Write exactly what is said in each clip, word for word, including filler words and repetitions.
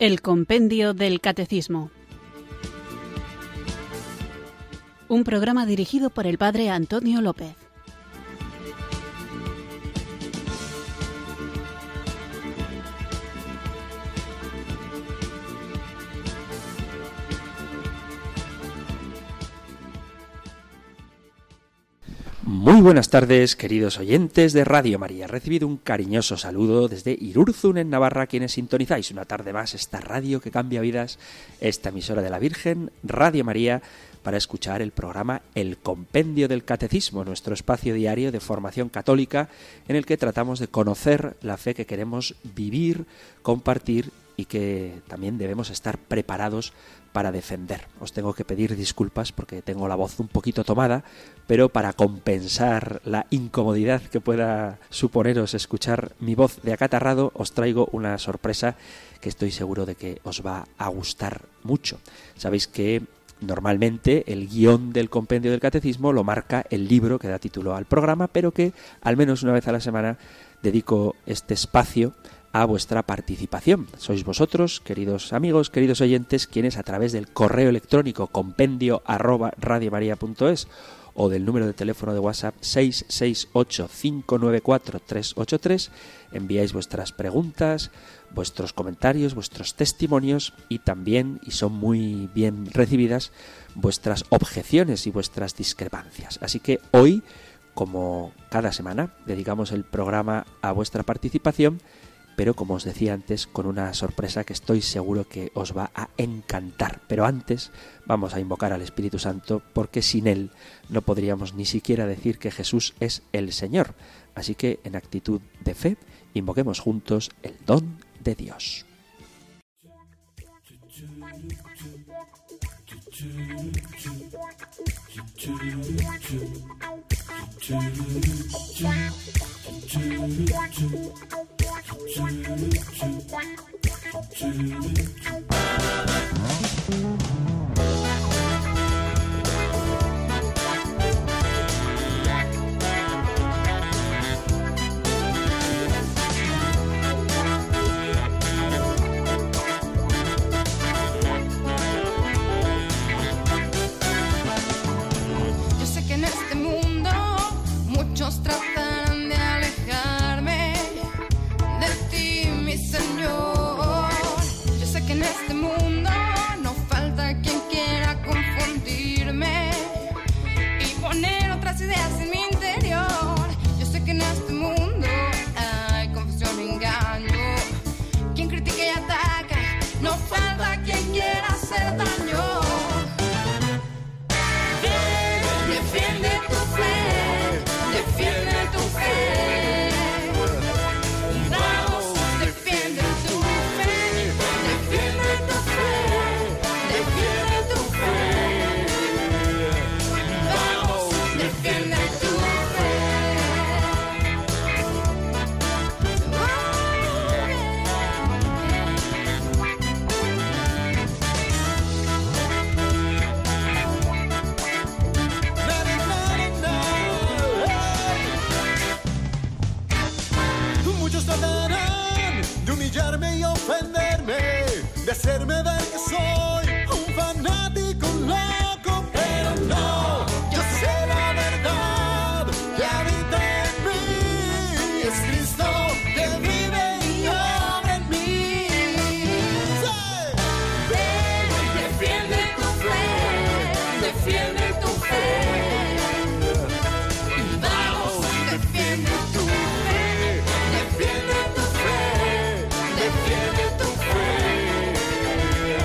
El Compendio del Catecismo. Un programa dirigido por el Padre Antonio López. Muy buenas tardes, queridos oyentes de Radio María. Recibido un cariñoso saludo desde Irurzun, en Navarra, quienes sintonizáis una tarde más esta radio que cambia vidas, esta emisora de la Virgen, Radio María, para escuchar el programa El Compendio del Catecismo, nuestro espacio diario de formación católica en el que tratamos de conocer la fe que queremos vivir, compartir y que también debemos estar preparados para defender. Os tengo que pedir disculpas porque tengo la voz un poquito tomada, pero para compensar la incomodidad que pueda suponeros escuchar mi voz de acatarrado, os traigo una sorpresa que estoy seguro de que os va a gustar mucho. Sabéis que normalmente el guión del Compendio del Catecismo lo marca el libro que da título al programa, pero que al menos una vez a la semana dedico este espacio a vuestra participación. Sois vosotros, queridos amigos, queridos oyentes, quienes a través del correo electrónico compendio arroba radiomaria punto es o del número de teléfono de WhatsApp seis seis ocho, cinco nueve cuatro, tres ocho tres enviáis vuestras preguntas, vuestros comentarios, vuestros testimonios y también, y son muy bien recibidas, vuestras objeciones y vuestras discrepancias. Así que hoy, como cada semana, dedicamos el programa a vuestra participación, pero como os decía antes, con una sorpresa que estoy seguro que os va a encantar. Pero antes vamos a invocar al Espíritu Santo, porque sin él no podríamos ni siquiera decir que Jesús es el Señor. Así que en actitud de fe, invoquemos juntos el don de Dios. Yo sé que en este mundo muchos tratarán de alejarme de ti, mi Señor. Yo sé que en este mundo no falta quien quiera confundirme y poner otras ideas en mi interior. Yo sé que en este mundo hay confusión y engaño. Quien critica y ataca, no falta quien quiera hacer daño. Defiende tu fe, defiende tu fe. Vamos, defiende tu fe, defiende tu fe, defiende tu fe. Vamos, defiende tu fe. Muchos tratarán de humillarme y ofenderme, de hacerme ver que soy un fanático loco, pero no, yo sé la verdad que habita en mí, es Cristo que vive y obra en mí. Sí. Defiende tu fe, defiende tu fe. Vamos, defiende tu fe. Defiende tu fe, defiende tu fe.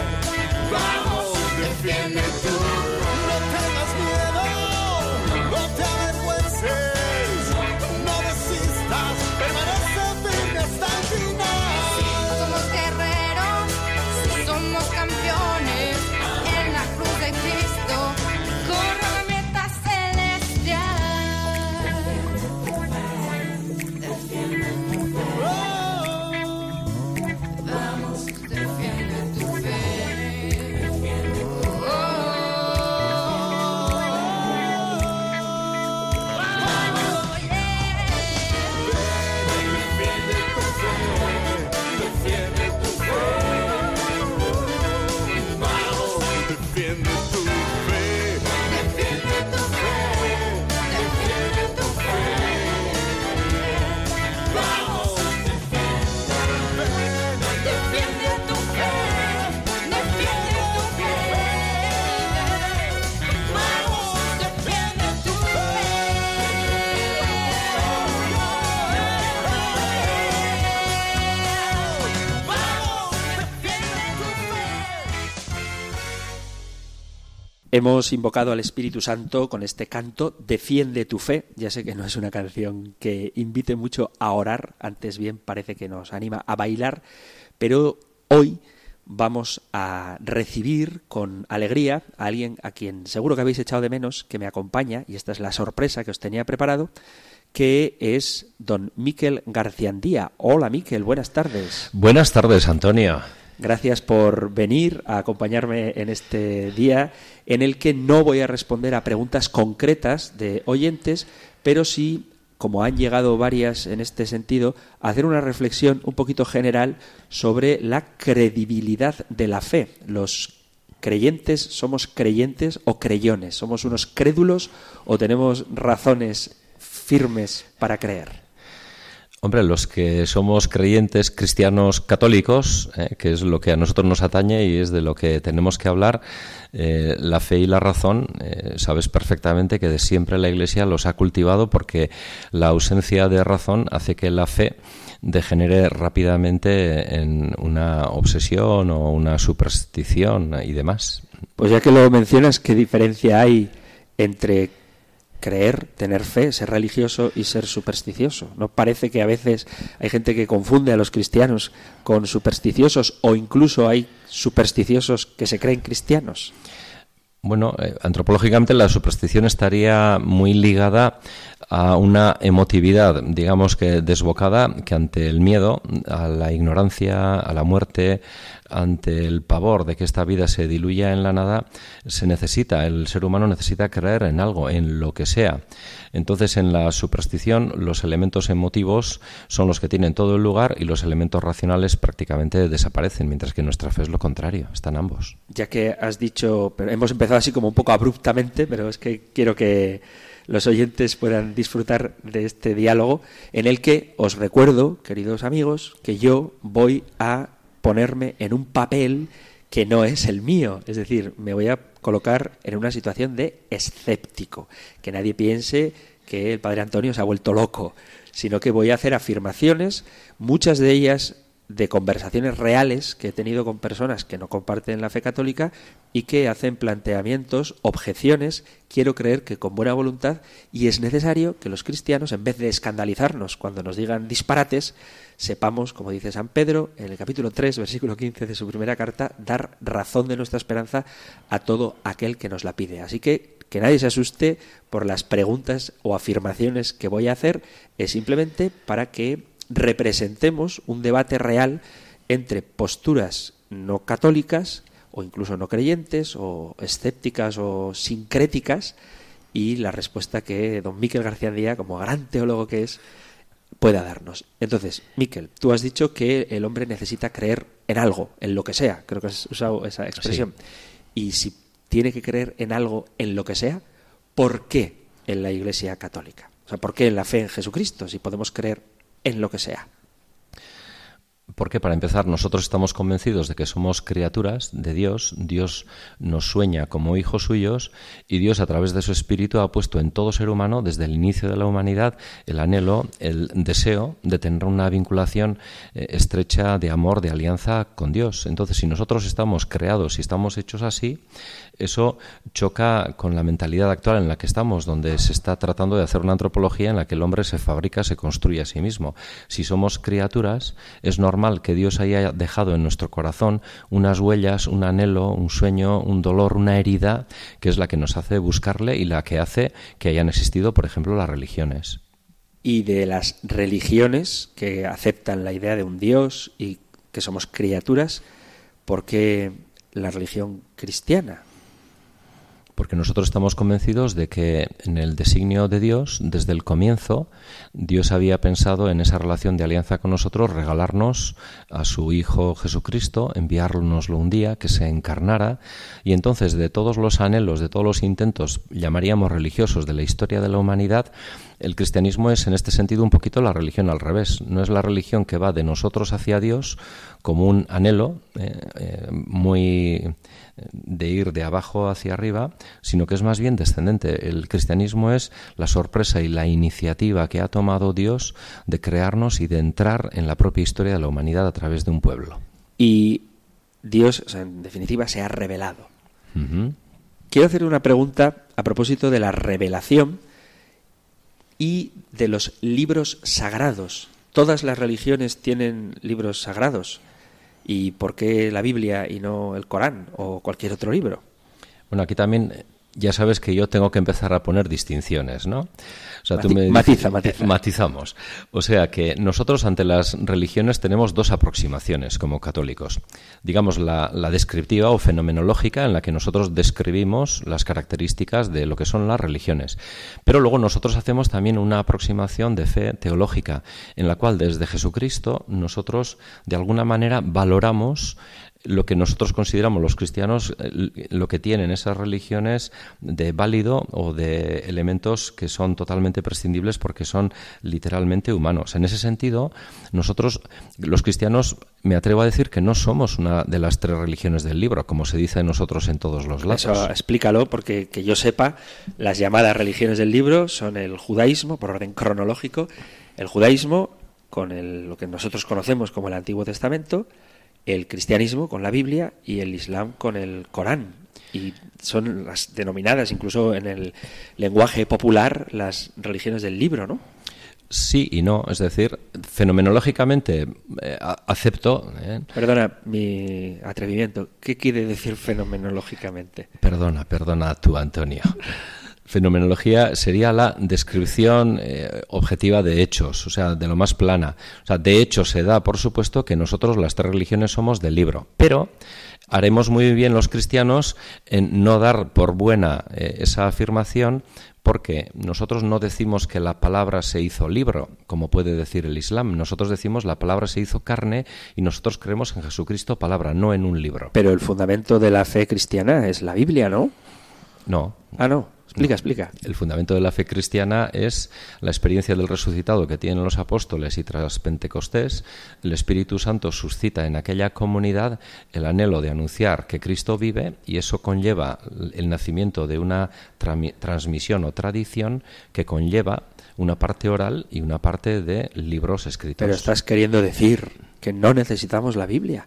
hemos invocado al Espíritu Santo con este canto Defiende tu fe. Ya sé que no es una canción que invite mucho a orar, antes bien parece que nos anima a bailar, pero hoy vamos a recibir con alegría a alguien a quien seguro que habéis echado de menos, que me acompaña, y esta es la sorpresa que os tenía preparado, que es don Miquel Garciandía. Hola Miquel, buenas tardes. Buenas tardes, Antonio. Gracias por venir a acompañarme en este día en el que no voy a responder a preguntas concretas de oyentes, pero sí, como han llegado varias en este sentido, a hacer una reflexión un poquito general sobre la credibilidad de la fe. Los creyentes, ¿somos creyentes o creyones? ¿Somos unos crédulos o tenemos razones firmes para creer? Hombre, los que somos creyentes cristianos católicos, eh, que es lo que a nosotros nos atañe y es de lo que tenemos que hablar, eh, la fe y la razón, eh, sabes perfectamente que de siempre la Iglesia los ha cultivado, porque la ausencia de razón hace que la fe degenere rápidamente en una obsesión o una superstición y demás. Pues ya que lo mencionas, ¿qué diferencia hay entre creer, tener fe, ser religioso y ser supersticioso? ¿No parece que a veces hay gente que confunde a los cristianos con supersticiosos, o incluso hay supersticiosos que se creen cristianos? Bueno, eh, antropológicamente la superstición estaría muy ligada a una emotividad, digamos que desbocada, que ante el miedo, a la ignorancia, a la muerte, ante el pavor de que esta vida se diluya en la nada, se necesita, el ser humano necesita creer en algo, en lo que sea. Entonces, en la superstición, los elementos emotivos son los que tienen todo el lugar y los elementos racionales prácticamente desaparecen, mientras que nuestra fe es lo contrario, están ambos. Ya que has dicho, pero hemos empezado así como un poco abruptamente, pero es que quiero que los oyentes puedan disfrutar de este diálogo en el que os recuerdo, queridos amigos, que yo voy a ponerme en un papel que no es el mío, es decir, me voy a colocar en una situación de escéptico, que nadie piense que el padre Antonio se ha vuelto loco, sino que voy a hacer afirmaciones, muchas de ellas de conversaciones reales que he tenido con personas que no comparten la fe católica y que hacen planteamientos, objeciones, quiero creer que con buena voluntad, y es necesario que los cristianos, en vez de escandalizarnos cuando nos digan disparates, sepamos, como dice San Pedro en el capítulo tres, versículo quince de su primera carta, dar razón de nuestra esperanza a todo aquel que nos la pide. Así que que nadie se asuste por las preguntas o afirmaciones que voy a hacer, es simplemente para que representemos un debate real entre posturas no católicas o incluso no creyentes o escépticas o sincréticas, y la respuesta que don Miquel Garciandía, como gran teólogo que es, pueda darnos. Entonces, Miquel, tú has dicho que el hombre necesita creer en algo, en lo que sea, creo que has usado esa expresión. Sí. Y si tiene que creer en algo, en lo que sea, ¿por qué en la Iglesia católica? O sea, ¿por qué en la fe en Jesucristo, si podemos creer en lo que sea? Porque, para empezar, nosotros estamos convencidos de que somos criaturas de Dios. Dios nos sueña como hijos suyos, y Dios, a través de su Espíritu, ha puesto en todo ser humano, desde el inicio de la humanidad, el anhelo, el deseo de tener una vinculación eh, estrecha de amor, de alianza con Dios. Entonces, si nosotros estamos creados y estamos hechos así, eso choca con la mentalidad actual en la que estamos, donde se está tratando de hacer una antropología en la que el hombre se fabrica, se construye a sí mismo. Si somos criaturas, es normal que Dios haya dejado en nuestro corazón unas huellas, un anhelo, un sueño, un dolor, una herida, que es la que nos hace buscarle y la que hace que hayan existido, por ejemplo, las religiones. Y de las religiones que aceptan la idea de un Dios y que somos criaturas, ¿por qué la religión cristiana? Porque nosotros estamos convencidos de que en el designio de Dios, desde el comienzo, Dios había pensado en esa relación de alianza con nosotros, regalarnos a su Hijo Jesucristo, enviárnoslo un día, que se encarnara, y entonces de todos los anhelos, de todos los intentos, llamaríamos religiosos, de la historia de la humanidad, el cristianismo es en este sentido un poquito la religión al revés. No es la religión que va de nosotros hacia Dios como un anhelo eh, eh, muy de ir de abajo hacia arriba, sino que es más bien descendente. El cristianismo es la sorpresa y la iniciativa que ha tomado Dios de crearnos y de entrar en la propia historia de la humanidad a través de un pueblo. Y Dios, o sea, en definitiva, se ha revelado. Uh-huh. quiero hacer una pregunta a propósito de la revelación y de los libros sagrados. ¿Todas las religiones tienen libros sagrados? ¿Y por qué la Biblia y no el Corán o cualquier otro libro? Bueno, aquí también ya sabes que yo tengo que empezar a poner distinciones, ¿no? O sea, Mati- tú me matiza, matiza. matizamos. O sea que nosotros ante las religiones tenemos dos aproximaciones como católicos. Digamos la, la descriptiva o fenomenológica, en la que nosotros describimos las características de lo que son las religiones. Pero luego nosotros hacemos también una aproximación de fe teológica, en la cual desde Jesucristo nosotros de alguna manera valoramos lo que nosotros consideramos los cristianos, lo que tienen esas religiones de válido o de elementos que son totalmente prescindibles porque son literalmente humanos. En ese sentido, nosotros, los cristianos, me atrevo a decir que no somos una de las tres religiones del libro, como se dice de nosotros en todos los lados. Eso explícalo, porque que yo sepa, las llamadas religiones del libro son el judaísmo, por orden cronológico, el judaísmo con el, lo que nosotros conocemos como el Antiguo Testamento, el cristianismo con la Biblia y el islam con el Corán. Y son las denominadas, incluso en el lenguaje popular, las religiones del libro, ¿no? Sí y no, es decir, fenomenológicamente eh, acepto... ¿eh? Perdona mi atrevimiento, ¿qué quiere decir fenomenológicamente? Perdona, perdona tú, Antonio. Fenomenología sería la descripción eh, objetiva de hechos, o sea, de lo más plana. O sea, de hecho se da, por supuesto, que nosotros las tres religiones somos del libro, pero haremos muy bien los cristianos en no dar por buena eh, esa afirmación, porque nosotros no decimos que la palabra se hizo libro, como puede decir el Islam. Nosotros decimos la palabra se hizo carne y nosotros creemos en Jesucristo palabra, no en un libro. Pero el fundamento de la fe cristiana es la Biblia, ¿no? No. Ah, no. Explica, No. explica. El fundamento de la fe cristiana es la experiencia del resucitado que tienen los apóstoles y tras Pentecostés, el Espíritu Santo suscita en aquella comunidad el anhelo de anunciar que Cristo vive y eso conlleva el nacimiento de una tra- transmisión o tradición que conlleva una parte oral y una parte de libros escritos. Pero estás queriendo decir que no necesitamos la Biblia.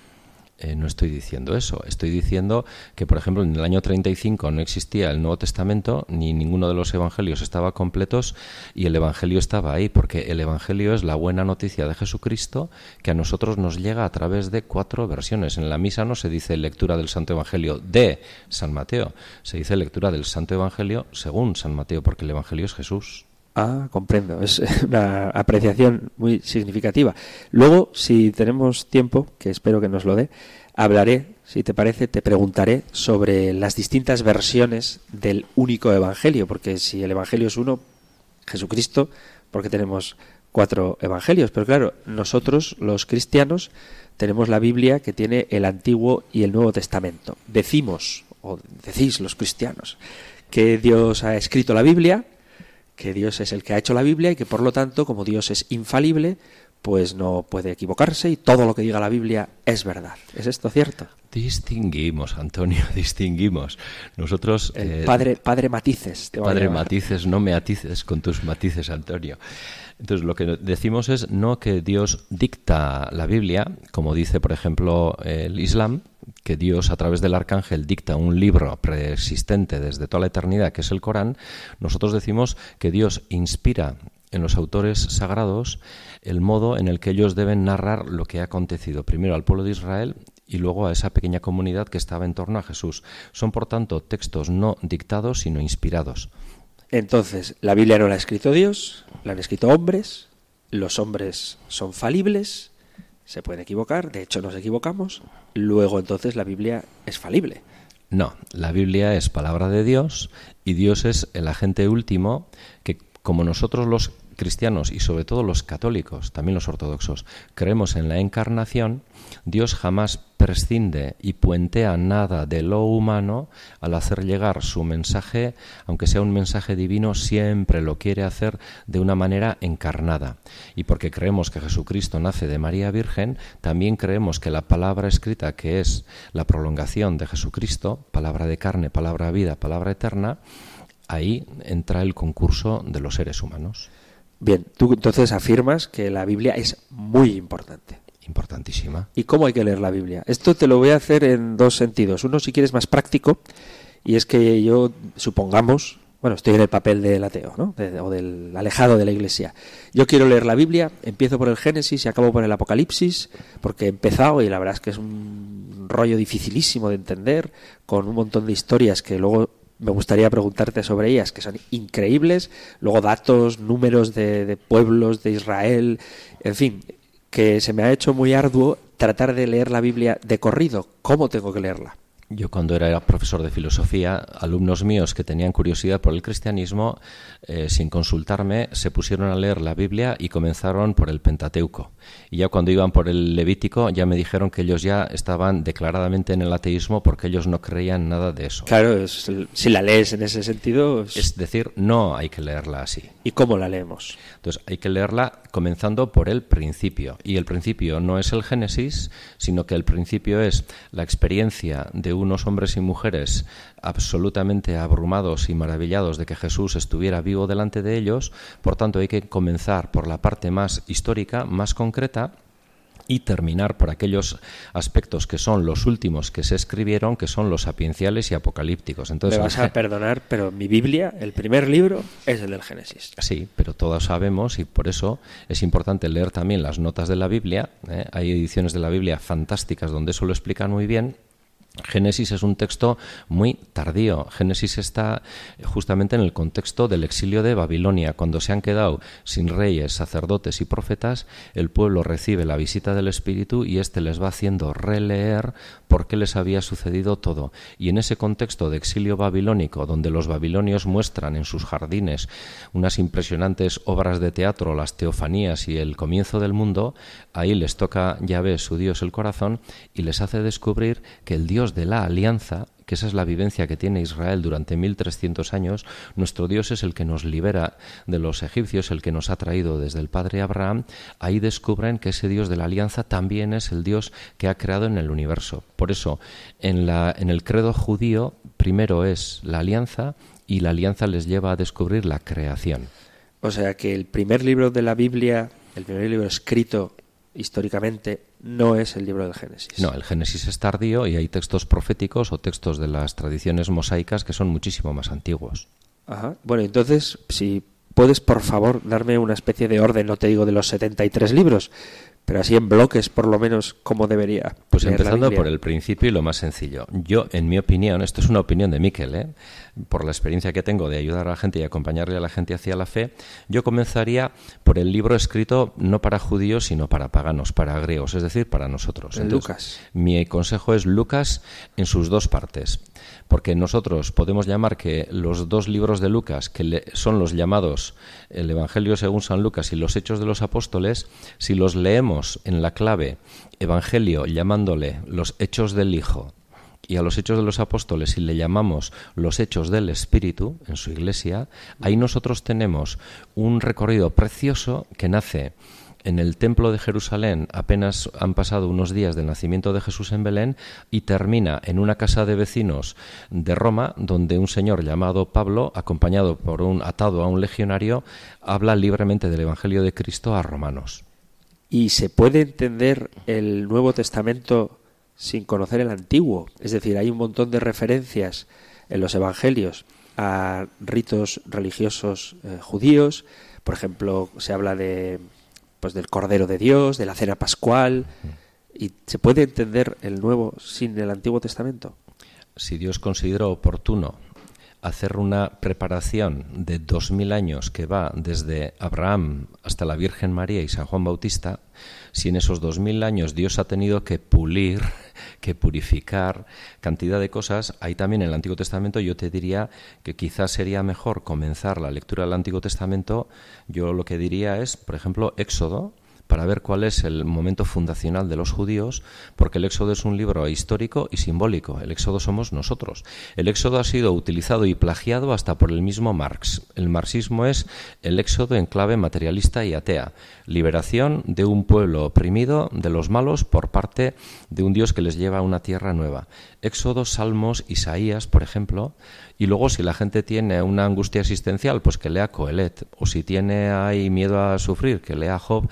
Eh, no estoy diciendo eso. Estoy diciendo que, por ejemplo, en el año treinta y cinco no existía el Nuevo Testamento, ni ninguno de los evangelios estaba completos, y el evangelio estaba ahí, porque el evangelio es la buena noticia de Jesucristo que a nosotros nos llega a través de cuatro versiones. En la misa no se dice lectura del Santo Evangelio de San Mateo, se dice lectura del Santo Evangelio según San Mateo, porque el evangelio es Jesús. Ah, comprendo. Es una apreciación muy significativa. Luego, si tenemos tiempo, que espero que nos lo dé, hablaré, si te parece, te preguntaré sobre las distintas versiones del único evangelio, porque si el evangelio es uno, Jesucristo, porque tenemos cuatro evangelios. Pero claro, nosotros, los cristianos, tenemos la Biblia que tiene el Antiguo y el Nuevo Testamento. Decimos, o decís los cristianos, que Dios ha escrito la Biblia, que Dios es el que ha hecho la Biblia y que por lo tanto, como Dios es infalible, pues no puede equivocarse y todo lo que diga la Biblia es verdad. ¿Es esto cierto? Distinguimos, Antonio, distinguimos. Nosotros... El eh, padre, padre Matices. te voy a Padre llamar. Matices, no me atices con tus matices, Antonio. Entonces, lo que decimos es no que Dios dicta la Biblia, como dice, por ejemplo, el Islam, que Dios a través del arcángel dicta un libro preexistente desde toda la eternidad, que es el Corán. Nosotros decimos que Dios inspira en los autores sagrados el modo en el que ellos deben narrar lo que ha acontecido, primero al pueblo de Israel y luego a esa pequeña comunidad que estaba en torno a Jesús. Son, por tanto, textos no dictados, sino inspirados. Entonces, la Biblia no la ha escrito Dios, la han escrito hombres, los hombres son falibles, se pueden equivocar, de hecho nos equivocamos, luego entonces la Biblia es falible. No, la Biblia es palabra de Dios y Dios es el agente último que, como nosotros los cristianos y sobre todo los católicos, también los ortodoxos, creemos en la encarnación, Dios jamás prescinde y puentea nada de lo humano al hacer llegar su mensaje, aunque sea un mensaje divino, siempre lo quiere hacer de una manera encarnada. Y porque creemos que Jesucristo nace de María Virgen, también creemos que la palabra escrita, que es la prolongación de Jesucristo, palabra de carne, palabra vida, palabra eterna, ahí entra el concurso de los seres humanos. Bien, tú entonces afirmas que la Biblia es muy importante. Importantísima. ¿Y cómo hay que leer la Biblia? Esto te lo voy a hacer en dos sentidos. Uno, si quieres, más práctico, Y es que yo, supongamos, bueno, estoy en el papel del ateo, ¿no? De, o del alejado de la Iglesia. Yo quiero leer la Biblia, empiezo por el Génesis y acabo por el Apocalipsis, porque he empezado y la verdad es que es un rollo dificilísimo de entender, con un montón de historias que luego me gustaría preguntarte sobre ellas, que son increíbles, luego datos, números de, de pueblos de Israel, en fin, que se me ha hecho muy arduo tratar de leer la Biblia de corrido. ¿Cómo tengo que leerla? Yo cuando era profesor de filosofía, alumnos míos que tenían curiosidad por el cristianismo, eh, sin consultarme, se pusieron a leer la Biblia y comenzaron por el Pentateuco. Y ya cuando iban por el Levítico, ya me dijeron que ellos ya estaban declaradamente en el ateísmo porque ellos no creían nada de eso. Claro, es, si la lees en ese sentido... Es... es decir, no hay que leerla así. ¿Y cómo la leemos? Entonces hay que leerla comenzando por el principio. Y el principio no es el Génesis, sino que el principio es la experiencia de unos hombres y mujeres absolutamente abrumados y maravillados de que Jesús estuviera vivo delante de ellos. Por tanto, hay que comenzar por la parte más histórica, más concreta, y terminar por aquellos aspectos que son los últimos que se escribieron, que son los sapienciales y apocalípticos. Entonces, me vas a perdonar, pero mi Biblia, el primer libro, es el del Génesis. Sí, pero todos sabemos, y por eso es importante leer también las notas de la Biblia. ¿eh? Hay ediciones de la Biblia fantásticas donde eso lo explican muy bien. Génesis es un texto muy tardío. Génesis está justamente en el contexto del exilio de Babilonia. Cuando se han quedado sin reyes, sacerdotes y profetas, el pueblo recibe la visita del Espíritu y éste les va haciendo releer por qué les había sucedido todo. Y en ese contexto de exilio babilónico, donde los babilonios muestran en sus jardines unas impresionantes obras de teatro, las teofanías y el comienzo del mundo, ahí les toca Yahvé, su Dios, el corazón, y les hace descubrir que el Dios de la alianza, que esa es la vivencia que tiene Israel durante mil trescientos años, nuestro Dios es el que nos libera de los egipcios, el que nos ha traído desde el padre Abraham. Ahí descubren que ese Dios de la alianza también es el Dios que ha creado en el universo. Por eso, en, la, en el credo judío, primero es la alianza y la alianza les lleva a descubrir la creación. O sea que el primer libro de la Biblia, el primer libro escrito históricamente, no es el libro del Génesis. No, el Génesis es tardío y hay textos proféticos o textos de las tradiciones mosaicas que son muchísimo más antiguos. Ajá. Bueno, entonces, si puedes, por favor, darme una especie de orden, no te digo de los setenta y tres libros, pero así en bloques, por lo menos, ¿cómo debería? Pues empezando por el principio y lo más sencillo. Yo, en mi opinión, esto es una opinión de Miquel, ¿eh? por la experiencia que tengo de ayudar a la gente y acompañarle a la gente hacia la fe, yo comenzaría por el libro escrito no para judíos, sino para paganos, para griegos, es decir, para nosotros. Entonces, Lucas. Mi consejo es Lucas en sus dos partes, porque nosotros podemos llamar que los dos libros de Lucas, que le, son los llamados el Evangelio según San Lucas y los Hechos de los Apóstoles, si los leemos en la clave Evangelio llamándole los Hechos del Hijo, y a los Hechos de los Apóstoles, si le llamamos los Hechos del Espíritu en su iglesia, ahí nosotros tenemos un recorrido precioso que nace en el Templo de Jerusalén, apenas han pasado unos días del nacimiento de Jesús en Belén, y termina en una casa de vecinos de Roma, donde un señor llamado Pablo, acompañado por un atado a un legionario, habla libremente del Evangelio de Cristo a romanos. ¿Y se puede entender el Nuevo Testamento sin conocer el Antiguo? Es decir, hay un montón de referencias en los Evangelios a ritos religiosos eh, judíos. Por ejemplo, se habla de pues del Cordero de Dios, de la Cena Pascual. ¿Y se puede entender el Nuevo sin el Antiguo Testamento? Si Dios consideró oportuno hacer una preparación de dos mil años que va desde Abraham hasta la Virgen María y San Juan Bautista, si en esos dos mil años Dios ha tenido que pulir, que purificar cantidad de cosas, ahí también en el Antiguo Testamento yo te diría que quizás sería mejor comenzar la lectura del Antiguo Testamento. Yo lo que diría es, por ejemplo, Éxodo, para ver cuál es el momento fundacional de los judíos, porque el Éxodo es un libro histórico y simbólico. El Éxodo somos nosotros. El Éxodo ha sido utilizado y plagiado hasta por el mismo Marx. El marxismo es el Éxodo en clave materialista y atea. Liberación de un pueblo oprimido de los malos por parte de un Dios que les lleva a una tierra nueva. Éxodo, Salmos, Isaías, por ejemplo. Y luego, si la gente tiene una angustia existencial, pues que lea Coelet. O si tiene ahí miedo a sufrir, que lea Job. Pero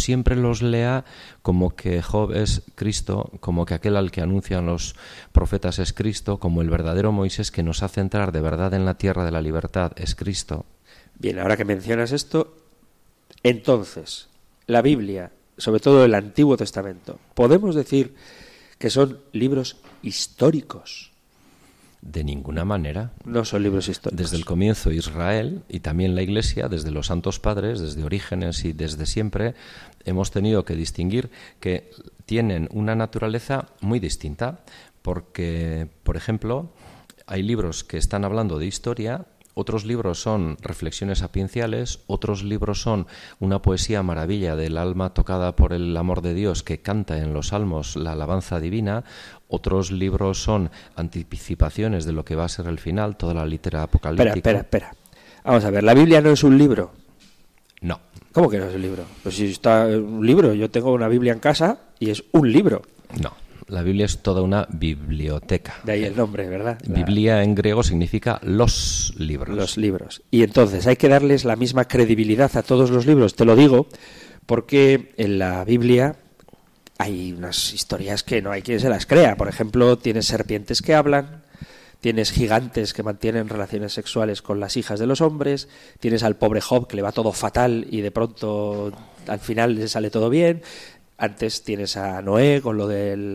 siempre los lea como que Job es Cristo, como que aquel al que anuncian los profetas es Cristo, como el verdadero Moisés que nos hace entrar de verdad en la tierra de la libertad es Cristo. Bien, ahora que mencionas esto, entonces, la Biblia, sobre todo el Antiguo Testamento, ¿podemos decir que son libros históricos? De ninguna manera. No son libros históricos. Desde el comienzo Israel y también la Iglesia, desde los santos padres, desde Orígenes y desde siempre, hemos tenido que distinguir que tienen una naturaleza muy distinta, porque, por ejemplo, hay libros que están hablando de historia. Otros libros son reflexiones sapienciales, otros libros son una poesía maravilla del alma tocada por el amor de Dios que canta en los salmos la alabanza divina, otros libros son anticipaciones de lo que va a ser el final, toda la literatura apocalíptica. Espera, espera, espera. Vamos a ver, ¿la Biblia no es un libro? No. ¿Cómo que no es un libro? Pues si está un libro, yo tengo una Biblia en casa y es un libro. No. La Biblia es toda una biblioteca. De ahí el nombre, ¿verdad? La... Biblia en griego significa los libros. Los libros. Y entonces hay que darles la misma credibilidad a todos los libros. Te lo digo porque en la Biblia hay unas historias que no hay quien se las crea. Por ejemplo, tienes serpientes que hablan, tienes gigantes que mantienen relaciones sexuales con las hijas de los hombres, tienes al pobre Job que le va todo fatal y de pronto al final le sale todo bien. Antes tienes a Noé con lo del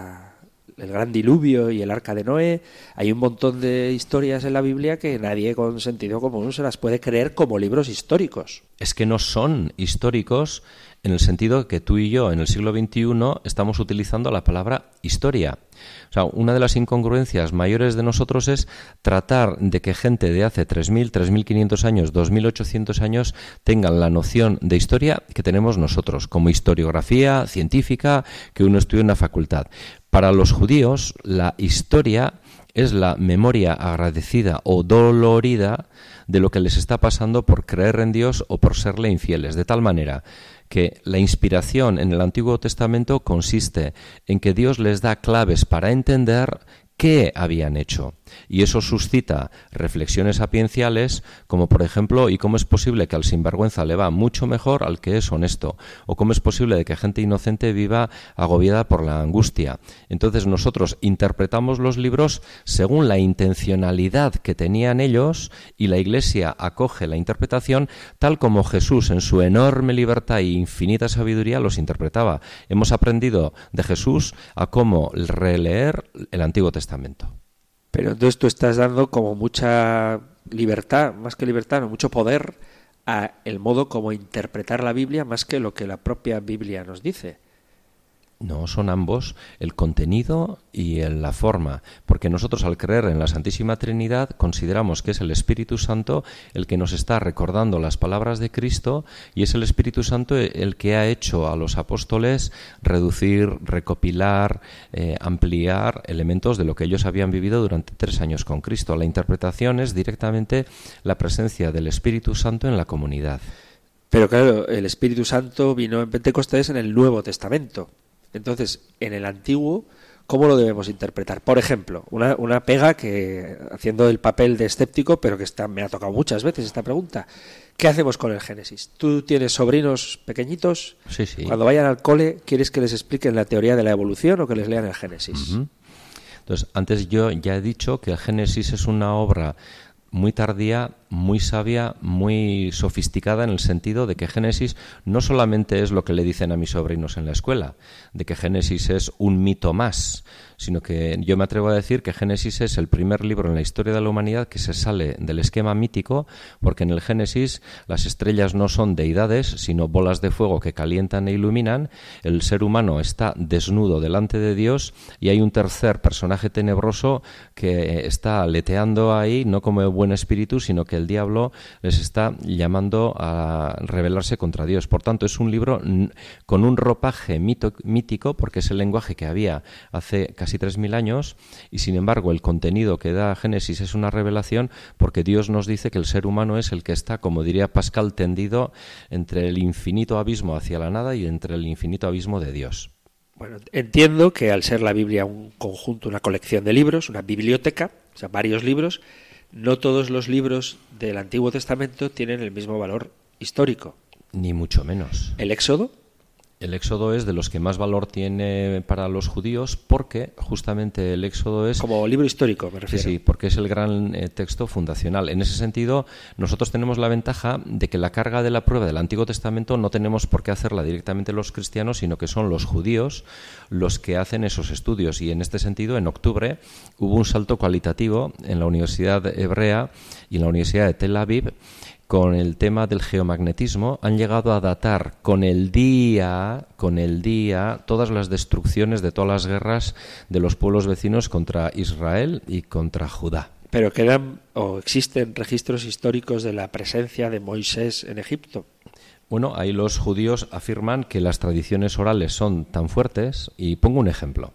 gran diluvio y el arca de Noé. Hay un montón de historias en la Biblia que nadie con sentido común se las puede creer como libros históricos. Es que no son históricos en el sentido que tú y yo en el siglo veintiuno estamos utilizando la palabra historia. O sea, una de las incongruencias mayores de nosotros es tratar de que gente de hace tres mil, tres mil quinientos años, dos mil ochocientos años tengan la noción de historia que tenemos nosotros, como historiografía científica que uno estudia en una facultad. Para los judíos, la historia es la memoria agradecida o dolorida de lo que les está pasando por creer en Dios o por serle infieles, de tal manera que la inspiración en el Antiguo Testamento consiste en que Dios les da claves para entender qué habían hecho. Y eso suscita reflexiones sapienciales como, por ejemplo, ¿y cómo es posible que al sinvergüenza le va mucho mejor al que es honesto? ¿O cómo es posible de que gente inocente viva agobiada por la angustia? Entonces nosotros interpretamos los libros según la intencionalidad que tenían ellos y la Iglesia acoge la interpretación tal como Jesús en su enorme libertad e infinita sabiduría los interpretaba. Hemos aprendido de Jesús a cómo releer el Antiguo Testamento. Pero entonces tú estás dando como mucha libertad, más que libertad, no, mucho poder a el modo como interpretar la Biblia más que lo que la propia Biblia nos dice. No, son ambos, el contenido y la forma, porque nosotros al creer en la Santísima Trinidad consideramos que es el Espíritu Santo el que nos está recordando las palabras de Cristo y es el Espíritu Santo el que ha hecho a los apóstoles reducir, recopilar, eh, ampliar elementos de lo que ellos habían vivido durante tres años con Cristo. La interpretación es directamente la presencia del Espíritu Santo en la comunidad. Pero claro, el Espíritu Santo vino en Pentecostés en el Nuevo Testamento. Entonces, en el Antiguo, ¿cómo lo debemos interpretar? Por ejemplo, una, una pega que, haciendo el papel de escéptico, pero que está, me ha tocado muchas veces esta pregunta. ¿Qué hacemos con el Génesis? ¿Tú tienes sobrinos pequeñitos? Sí, sí. Cuando vayan al cole, ¿quieres que les expliquen la teoría de la evolución o que les lean el Génesis? Uh-huh. Entonces, antes yo ya he dicho que el Génesis es una obra muy tardía, muy sabia, muy sofisticada en el sentido de que Génesis no solamente es lo que le dicen a mis sobrinos en la escuela, de que Génesis es un mito más, sino que yo me atrevo a decir que Génesis es el primer libro en la historia de la humanidad que se sale del esquema mítico, porque en el Génesis las estrellas no son deidades, sino bolas de fuego que calientan e iluminan, el ser humano está desnudo delante de Dios y hay un tercer personaje tenebroso que está aleteando ahí, no como buen espíritu, sino que el diablo les está llamando a rebelarse contra Dios. Por tanto, es un libro con un ropaje mito, mítico, porque es el lenguaje que había hace casi tres mil años, y sin embargo el contenido que da Génesis es una revelación, porque Dios nos dice que el ser humano es el que está, como diría Pascal, tendido entre el infinito abismo hacia la nada y entre el infinito abismo de Dios. Bueno, entiendo que al ser la Biblia un conjunto, una colección de libros, una biblioteca, o sea, varios libros, no todos los libros del Antiguo Testamento tienen el mismo valor histórico. Ni mucho menos. El Éxodo, El Éxodo es de los que más valor tiene para los judíos porque justamente el Éxodo es... Como libro histórico, me refiero. Sí, sí, porque es el gran eh, texto fundacional. En ese sentido, nosotros tenemos la ventaja de que la carga de la prueba del Antiguo Testamento no tenemos por qué hacerla directamente los cristianos, sino que son los judíos los que hacen esos estudios. Y en este sentido, en octubre hubo un salto cualitativo en la Universidad Hebrea y en la Universidad de Tel Aviv con el tema del geomagnetismo. Han llegado a datar con el día, con el día, todas las destrucciones de todas las guerras de los pueblos vecinos contra Israel y contra Judá. Pero quedan o existen registros históricos de la presencia de Moisés en Egipto. Bueno, ahí los judíos afirman que las tradiciones orales son tan fuertes, y pongo un ejemplo.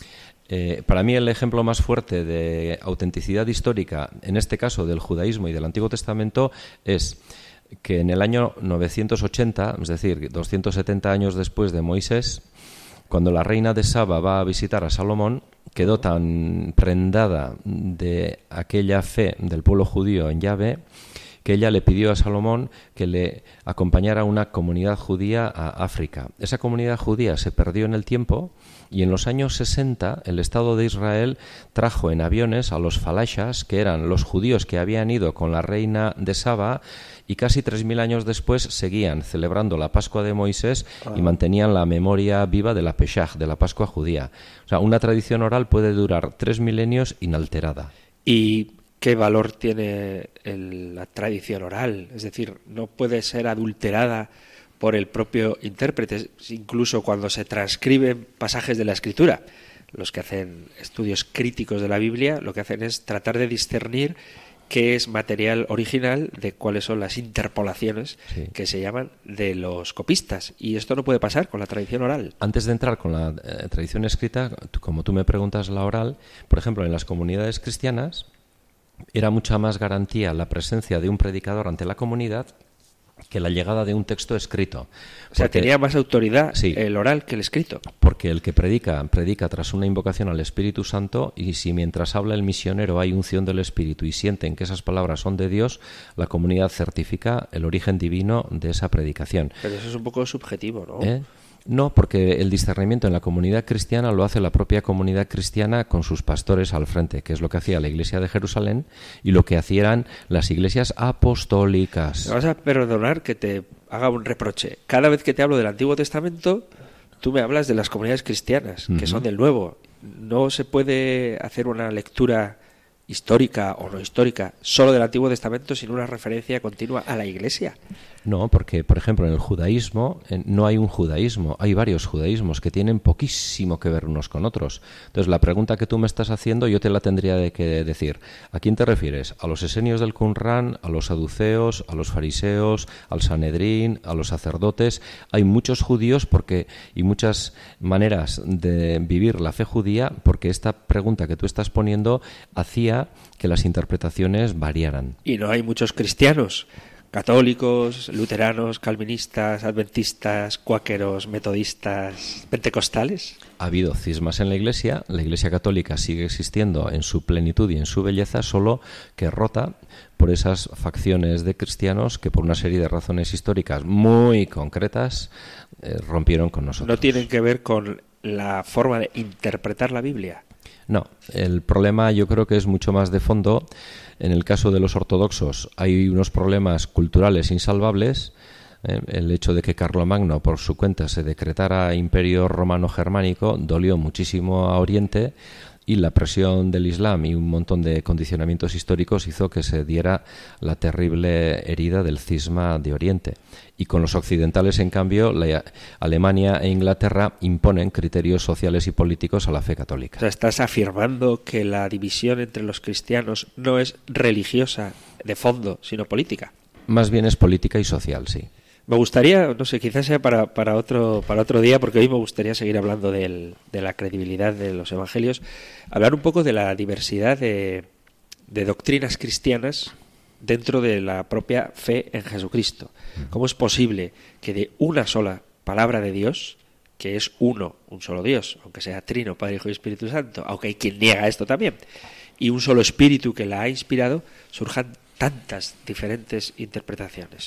Eh, para mí el ejemplo más fuerte de autenticidad histórica, en este caso del judaísmo y del Antiguo Testamento, es que en el año novecientos ochenta, es decir, doscientos setenta años después de Moisés, cuando la reina de Saba va a visitar a Salomón, quedó tan prendada de aquella fe del pueblo judío en Yahvé que ella le pidió a Salomón que le acompañara a una comunidad judía a África. Esa comunidad judía se perdió en el tiempo y en los años sesenta el Estado de Israel trajo en aviones a los falashas, que eran los judíos que habían ido con la reina de Saba, y casi tres mil años después seguían celebrando la Pascua de Moisés ah. y mantenían la memoria viva de la Pesach, de la Pascua judía. O sea, una tradición oral puede durar tres milenios inalterada. Y ¿qué valor tiene el, la tradición oral? Es decir, no puede ser adulterada por el propio intérprete, incluso cuando se transcriben pasajes de la Escritura. Los que hacen estudios críticos de la Biblia lo que hacen es tratar de discernir qué es material original de cuáles son las interpolaciones sí. que se llaman de los copistas. Y esto no puede pasar con la tradición oral. Antes de entrar con la eh, tradición escrita, como tú me preguntas la oral, por ejemplo, en las comunidades cristianas era mucha más garantía la presencia de un predicador ante la comunidad que la llegada de un texto escrito. O sea, porque, tenía más autoridad sí, el oral que el escrito. Porque el que predica, predica tras una invocación al Espíritu Santo, y si mientras habla el misionero hay unción del Espíritu y sienten que esas palabras son de Dios, la comunidad certifica el origen divino de esa predicación. Pero eso es un poco subjetivo, ¿no? ¿Eh? No, porque el discernimiento en la comunidad cristiana lo hace la propia comunidad cristiana con sus pastores al frente, que es lo que hacía la Iglesia de Jerusalén y lo que hacían las iglesias apostólicas. Me vas a perdonar que te haga un reproche. Cada vez que te hablo del Antiguo Testamento, tú me hablas de las comunidades cristianas, que uh-huh. son del Nuevo. No se puede hacer una lectura histórica o no histórica solo del Antiguo Testamento sin una referencia continua a la Iglesia. No, porque, por ejemplo, en el judaísmo en, no hay un judaísmo, hay varios judaísmos que tienen poquísimo que ver unos con otros. Entonces, la pregunta que tú me estás haciendo yo te la tendría de que decir. ¿A quién te refieres? ¿A los esenios del Qumran, a los saduceos, a los fariseos, al Sanedrín, a los sacerdotes? Hay muchos judíos porque y muchas maneras de vivir la fe judía, porque esta pregunta que tú estás poniendo hacía que las interpretaciones variaran. Y no hay muchos cristianos, católicos, luteranos, calvinistas, adventistas, cuáqueros, metodistas, pentecostales. Ha habido cismas en la Iglesia. La Iglesia católica sigue existiendo en su plenitud y en su belleza, solo que rota por esas facciones de cristianos que por una serie de razones históricas muy concretas eh, rompieron con nosotros. ¿No tienen que ver con la forma de interpretar la Biblia? No, el problema yo creo que es mucho más de fondo. En el caso de los ortodoxos hay unos problemas culturales insalvables. Eh, el hecho de que Carlomagno por su cuenta se decretara imperio romano-germánico dolió muchísimo a Oriente, y la presión del Islam y un montón de condicionamientos históricos hizo que se diera la terrible herida del cisma de Oriente. Y con los occidentales, en cambio, la Alemania e Inglaterra imponen criterios sociales y políticos a la fe católica. O sea, estás afirmando que la división entre los cristianos no es religiosa de fondo, sino política. Más bien es política y social, sí. Me gustaría, no sé, quizás sea para, para otro para otro día, porque hoy me gustaría seguir hablando del, de la credibilidad de los evangelios, hablar un poco de la diversidad de, de doctrinas cristianas dentro de la propia fe en Jesucristo. ¿Cómo es posible que de una sola palabra de Dios, que es uno, un solo Dios, aunque sea Trino, Padre, Hijo y Espíritu Santo, aunque hay quien niega esto también, y un solo Espíritu que la ha inspirado, surjan tantas diferentes interpretaciones?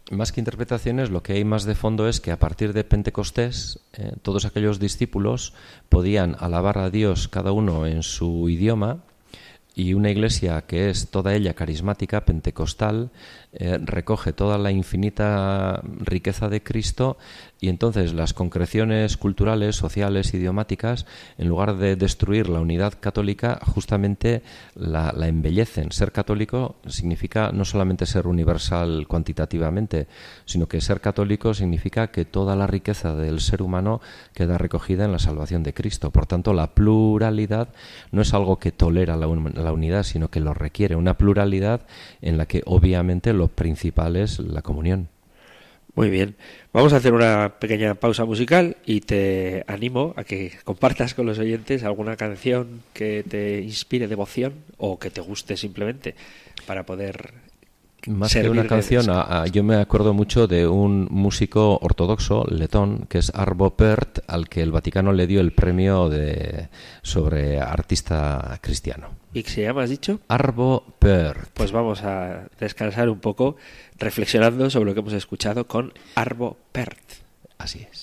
más que interpretaciones, lo que hay más de fondo es que a partir de Pentecostés, eh, todos aquellos discípulos podían alabar a Dios cada uno en su idioma, y una iglesia que es toda ella carismática, pentecostal, eh, recoge toda la infinita riqueza de Cristo, y entonces las concreciones culturales, sociales, idiomáticas, en lugar de destruir la unidad católica, justamente la, la embellecen. Ser católico significa no solamente ser universal cuantitativamente, sino que ser católico significa que toda la riqueza del ser humano queda recogida en la salvación de Cristo. Por tanto, la pluralidad no es algo que tolera la, un, la unidad, sino que lo requiere. Una pluralidad en la que obviamente lo principal es la comunión. Muy bien, vamos a hacer una pequeña pausa musical y te animo a que compartas con los oyentes alguna canción que te inspire devoción o que te guste simplemente para poder Más que una canción, a, a, yo me acuerdo mucho de un músico ortodoxo letón que es Arvo Pärt, al que el Vaticano le dio el premio de sobre artista cristiano. ¿Y qué se llama, has dicho? Arvo Pärt. Pues vamos a descansar un poco reflexionando sobre lo que hemos escuchado con Arvo Pärt. Así es.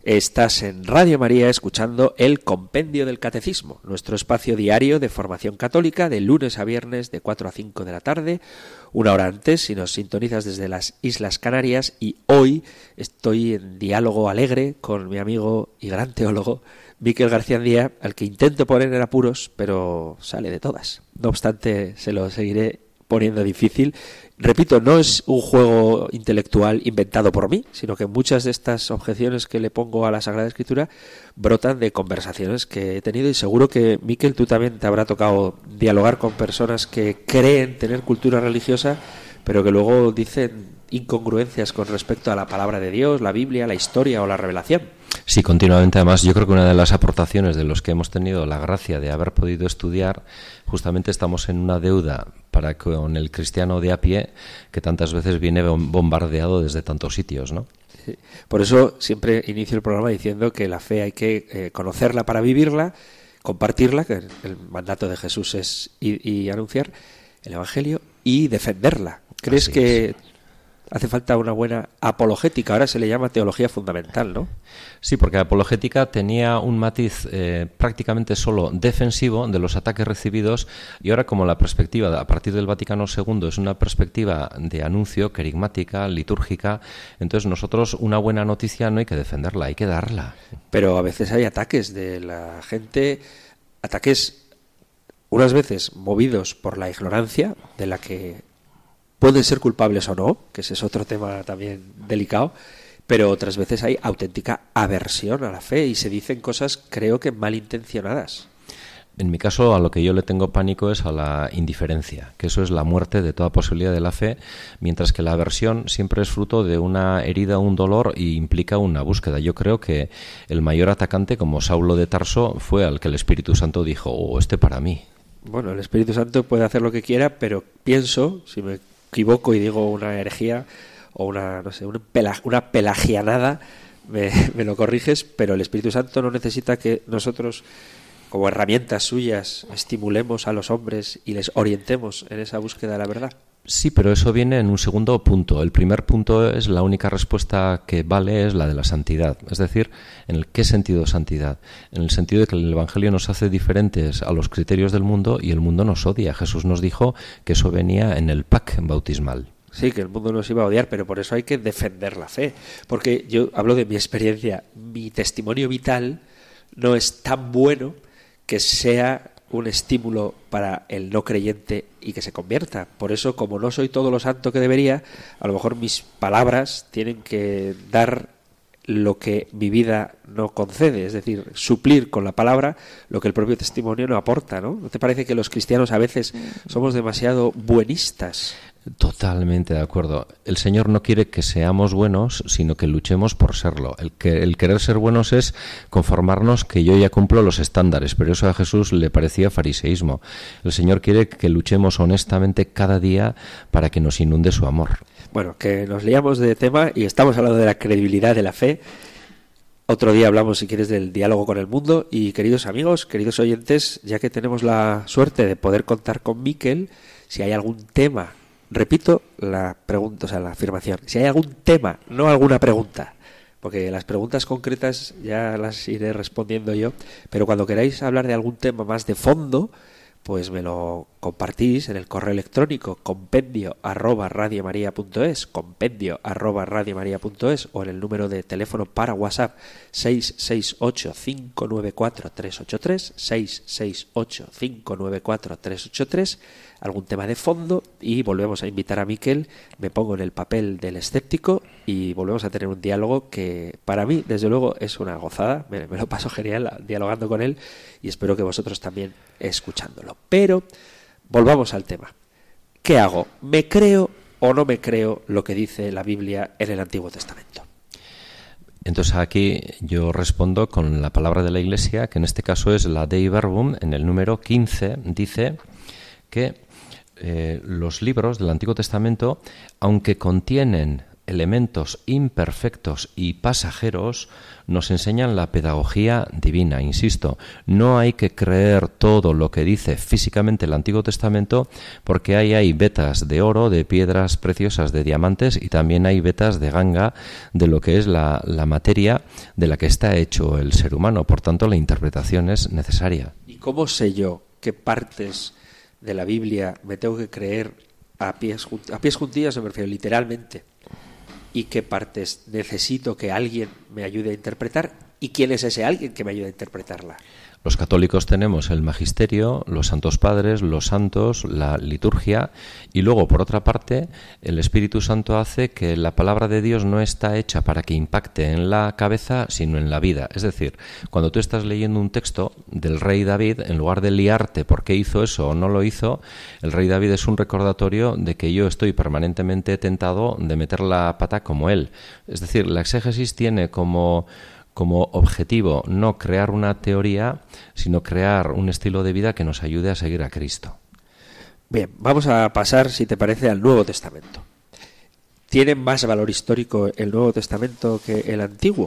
Estás en Radio María escuchando el Compendio del Catecismo, nuestro espacio diario de formación católica de lunes a viernes de cuatro a cinco de la tarde, una hora antes si nos sintonizas desde las Islas Canarias, y hoy estoy en diálogo alegre con mi amigo y gran teólogo Miquel García Díaz, al que intento poner en apuros, pero sale de todas. No obstante, se lo seguiré poniendo difícil. Repito, no es un juego intelectual inventado por mí, sino que muchas de estas objeciones que le pongo a la Sagrada Escritura brotan de conversaciones que he tenido, y seguro que, Miquel, tú también te habrá tocado dialogar con personas que creen tener cultura religiosa, pero que luego dicen incongruencias con respecto a la palabra de Dios, la Biblia, la historia o la revelación. Sí, continuamente. Además, yo creo que una de las aportaciones de los que hemos tenido la gracia de haber podido estudiar, justamente estamos en una deuda para con el cristiano de a pie, que tantas veces viene bombardeado desde tantos sitios, ¿no? Sí. Por eso siempre inicio el programa diciendo que la fe hay que eh, conocerla para vivirla, compartirla, que el mandato de Jesús es ir y anunciar el Evangelio, y defenderla. ¿Crees Así que es. hace falta una buena apologética? Ahora se le llama teología fundamental, ¿no? Sí, porque la apologética tenía un matiz eh, prácticamente solo defensivo de los ataques recibidos, y ahora, como la perspectiva a partir del Vaticano segundo es una perspectiva de anuncio, querigmática, litúrgica, entonces nosotros una buena noticia no hay que defenderla, hay que darla. Pero a veces hay ataques de la gente, ataques unas veces movidos por la ignorancia, de la que pueden ser culpables o no, que ese es otro tema también delicado, pero otras veces hay auténtica aversión a la fe y se dicen cosas, creo que malintencionadas. En mi caso, a lo que yo le tengo pánico es a la indiferencia, que eso es la muerte de toda posibilidad de la fe, mientras que la aversión siempre es fruto de una herida, un dolor, y implica una búsqueda. Yo creo que el mayor atacante, como Saulo de Tarso, fue al que el Espíritu Santo dijo: oh, este para mí. Bueno, el Espíritu Santo puede hacer lo que quiera, pero pienso, si me equivoco y digo una herejía o una, no sé, una, pela, una pelagianada, me, me lo corriges, pero el Espíritu Santo no necesita que nosotros, como herramientas suyas, estimulemos a los hombres y les orientemos en esa búsqueda de la verdad. Sí, pero eso viene en un segundo punto. El primer punto es la única respuesta que vale, es la de la santidad. Es decir, ¿en el qué sentido santidad? En el sentido de que el Evangelio nos hace diferentes a los criterios del mundo y el mundo nos odia. Jesús nos dijo que eso venía en el pack bautismal. Sí, que el mundo nos iba a odiar, pero por eso hay que defender la fe. Porque yo hablo de mi experiencia. Mi testimonio vital no es tan bueno que sea un estímulo para el no creyente y que se convierta. Por eso, como no soy todo lo santo que debería, a lo mejor mis palabras tienen que dar lo que mi vida no concede, es decir, suplir con la palabra lo que el propio testimonio no aporta, ¿no? ¿No te parece que los cristianos a veces somos demasiado buenistas? Totalmente de acuerdo. El Señor no quiere que seamos buenos, sino que luchemos por serlo. El, que, el querer ser buenos es conformarnos que yo ya cumplo los estándares, pero eso a Jesús le parecía fariseísmo. El Señor quiere que luchemos honestamente cada día para que nos inunde su amor. Bueno, que nos liamos de tema y estamos hablando de la credibilidad de la fe. Otro día hablamos, si quieres, del diálogo con el mundo. Y, queridos amigos, queridos oyentes, ya que tenemos la suerte de poder contar con Miquel, si hay algún tema, repito la pregunta, o sea, la afirmación, si hay algún tema, no alguna pregunta, porque las preguntas concretas ya las iré respondiendo yo, pero cuando queráis hablar de algún tema más de fondo, pues me lo compartís en el correo electrónico compendio arroba radiomaria.es, compendio arroba radiomaria.es, o en el número de teléfono para WhatsApp seis seis ocho, cinco nueve cuatro, tres ocho tres, seis seis ocho, cinco nueve cuatro, tres ocho tres, algún tema de fondo, y volvemos a invitar a Miquel. Me pongo en el papel del escéptico y volvemos a tener un diálogo que para mí, desde luego, es una gozada. Me, me lo paso genial dialogando con él y espero que vosotros también escuchándolo. Pero volvamos al tema. ¿Qué hago? ¿Me creo o no me creo lo que dice la Biblia en el Antiguo Testamento? Entonces aquí yo respondo con la palabra de la Iglesia, que en este caso es la Dei Verbum, en el número quince, dice que eh, los libros del Antiguo Testamento, aunque contienen elementos imperfectos y pasajeros nos enseñan la pedagogía divina. Insisto, no hay que creer todo lo que dice físicamente el Antiguo Testamento, porque ahí hay vetas de oro, de piedras preciosas, de diamantes, y también hay vetas de ganga de lo que es la, la materia de la que está hecho el ser humano. Por tanto, la interpretación es necesaria. ¿Y cómo sé yo qué partes de la Biblia me tengo que creer a pies, a pies juntillas, me refiero literalmente? ¿Y qué partes necesito que alguien me ayude a interpretar? ¿Y quién es ese alguien que me ayude a interpretarla? Los católicos tenemos el magisterio, los santos padres, los santos, la liturgia, y luego, por otra parte, el Espíritu Santo hace que la palabra de Dios no está hecha para que impacte en la cabeza, sino en la vida. Es decir, cuando tú estás leyendo un texto del rey David, en lugar de liarte por qué hizo eso o no lo hizo, el rey David es un recordatorio de que yo estoy permanentemente tentado de meter la pata como él. Es decir, la exégesis tiene como... como objetivo no crear una teoría, sino crear un estilo de vida que nos ayude a seguir a Cristo. Bien, vamos a pasar, si te parece, al Nuevo Testamento. ¿Tiene más valor histórico el Nuevo Testamento que el Antiguo?